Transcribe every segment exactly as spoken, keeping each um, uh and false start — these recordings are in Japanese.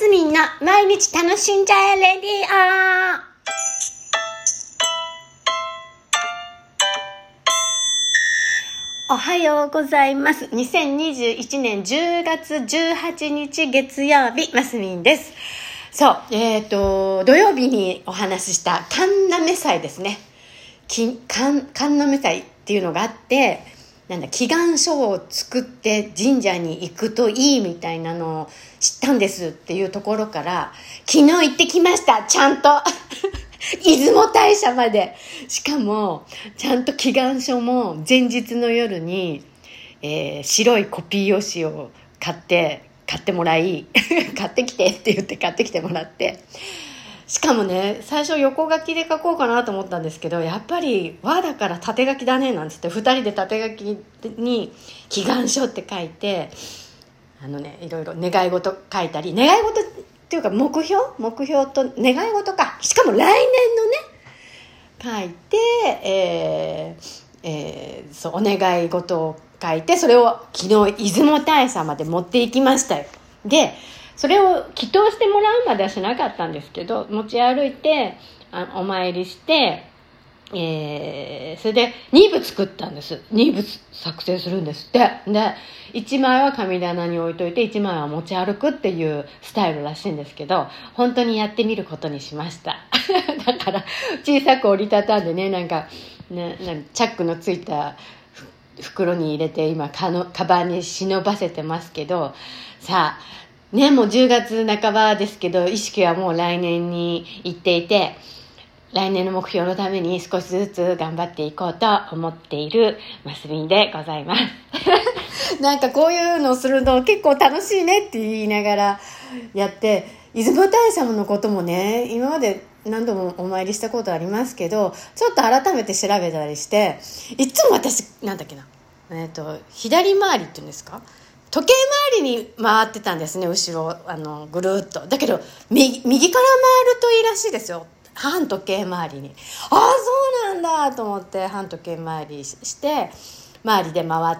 スミンの毎日楽しんじゃえレディオ。おはようございます。にせんにじゅういちねんじゅうがつじゅうはちにち月曜日、マスミンです。そう、えっと土曜日にお話しした神嘗祭ですね。神神嘗祭っていうのがあって、なんだ祈願書を作って神社に行くといいみたいなのを知ったんですっていうところから、昨日行ってきました。ちゃんと出雲大社まで。しかもちゃんと祈願書も前日の夜に、えー、白いコピー用紙を買って買ってもらい買ってきてって言って買ってきてもらって、しかもね、最初横書きで書こうかなと思ったんですけど、やっぱり和だから縦書きだねなんつってふたりで縦書きに祈願書って書いて、あのね、いろいろ願い事書いたり、願い事っていうか目標目標と願い事か、しかも来年のね書いて、えーえー、そうお願い事を書いて、それを昨日出雲大社まで持っていきましたよ。でそれを祈祷してもらうまではしなかったんですけど、持ち歩いてあお参りして、えー、それでにぶ作ったんです。にぶ作成するんですって。でいちまいは神棚に置いといていちまいは持ち歩くっていうスタイルらしいんですけど、本当にやってみることにしましただから小さく折りたたんでね、なんか、ね、なんかチャックのついた袋に入れて今かのカバンに忍ばせてますけど、さあね、もうじゅうがつなかばですけど、意識はもう来年に行っていて、来年の目標のために少しずつ頑張っていこうと思っているマスミンでございますなんかこういうのをするの結構楽しいねって言いながらやって、出雲大社のこともね、今まで何度もお参りしたことありますけど、ちょっと改めて調べたりして、いつも私なんだっけな、えっと左回りっていうんですか、時計回りに回ってたんですね、後ろあのぐるっと。だけど 右, 右から回るといいらしいですよ、反時計回りに。ああそうなんだと思って反時計回りして周りで回って、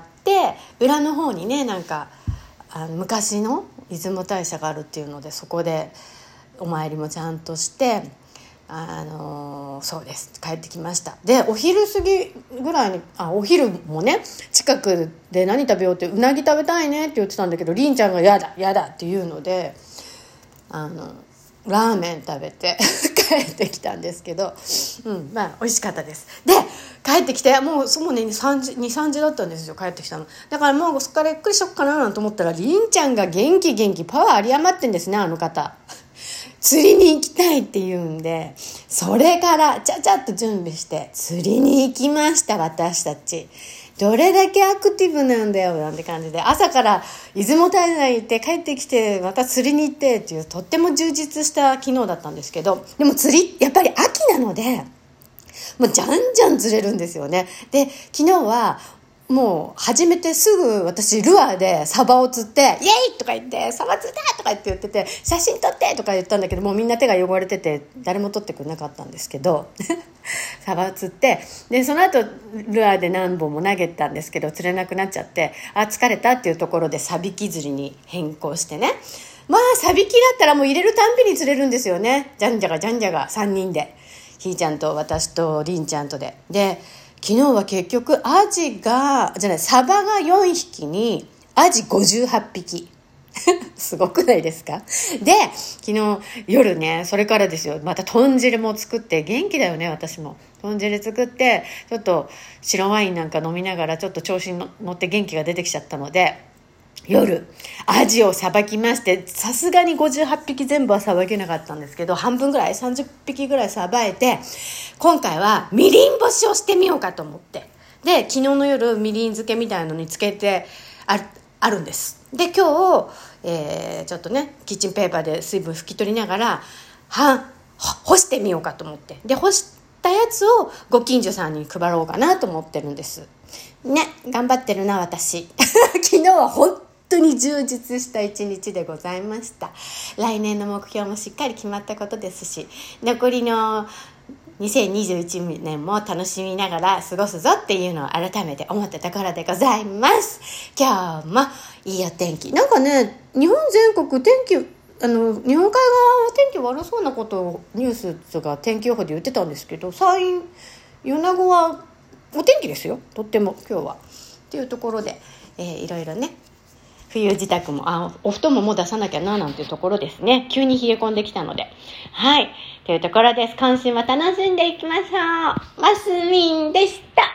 裏の方にね、なんかあの昔の出雲大社があるっていうので、そこでお参りもちゃんとして、あのー、そうです、帰ってきました。でお昼過ぎぐらいに、あお昼もね、近くで何食べようって、うなぎ食べたいねって言ってたんだけど、りんちゃんがやだやだって言うので、あのラーメン食べて帰ってきたんですけど、うん、まあ美味しかったです。で帰ってきてもうそのねにさんじだったんですよ、帰ってきたの。だからもうそこからゆっくりしよっかななんて思ったら、りんちゃんが元気元気パワー有り余ってんですね、あの方釣りに行きたいって言うんで、それからちゃちゃっと準備して釣りに行きました。私たちどれだけアクティブなんだよなんて感じで、朝から出雲大社行って帰ってきてまた釣りに行ってっていう、とっても充実した昨日だったんですけど、でも釣りやっぱり秋なのでもうじゃんじゃん釣れるんですよね。で昨日はもう始めてすぐ私ルアーでサバを釣って、イエイとか言ってサバ釣ったとか言って言ってて、写真撮ってとか言ったんだけど、もうみんな手が汚れてて誰も撮ってくれなかったんですけどサバ釣って、でその後ルアーで何本も投げたんですけど釣れなくなっちゃって、あ疲れたっていうところでサビキ釣りに変更してね、まあサビキだったらもう入れるたんびに釣れるんですよね。じゃんじゃがじゃんじゃがさんにんで、ひーちゃんと私とりんちゃんとで、で昨日は結局アジがじゃないサバがよんひきにアジごじゅうはっぴきすごくないですか。で昨日夜ね、それからですよ、また豚汁も作って、元気だよね私も。豚汁作ってちょっと白ワインなんか飲みながらちょっと調子に乗って元気が出てきちゃったので、夜アジをさばきまして、さすがにごじゅうはっぴき全部はさばけなかったんですけど、半分ぐらいさんじゅっぴきぐらいさばいて、今回はみりん干しをしてみようかと思って、で昨日の夜みりん漬けみたいのにつけて あ, あるんです。で今日、えー、ちょっとねキッチンペーパーで水分拭き取りながらは干してみようかと思って、で干したやつをご近所さんに配ろうかなと思ってるんですね。頑張ってるな私昨日は本当に充実した一日でございました。来年の目標もしっかり決まったことですし、残りのにせんにじゅういちねんも楽しみながら過ごすぞっていうのを改めて思ったところでございます。今日もいいお天気、なんかね日本全国天気あの日本海側は天気悪そうなことをニュースが天気予報で言ってたんですけど、山陰米子はお天気ですよ、とっても今日はっていうところで、えー、いろいろね冬支度もあお布団ももう出さなきゃななんていうところですね。急に冷え込んできたので、はいというところです。今週も楽しんでいきましょう。マスミンでした。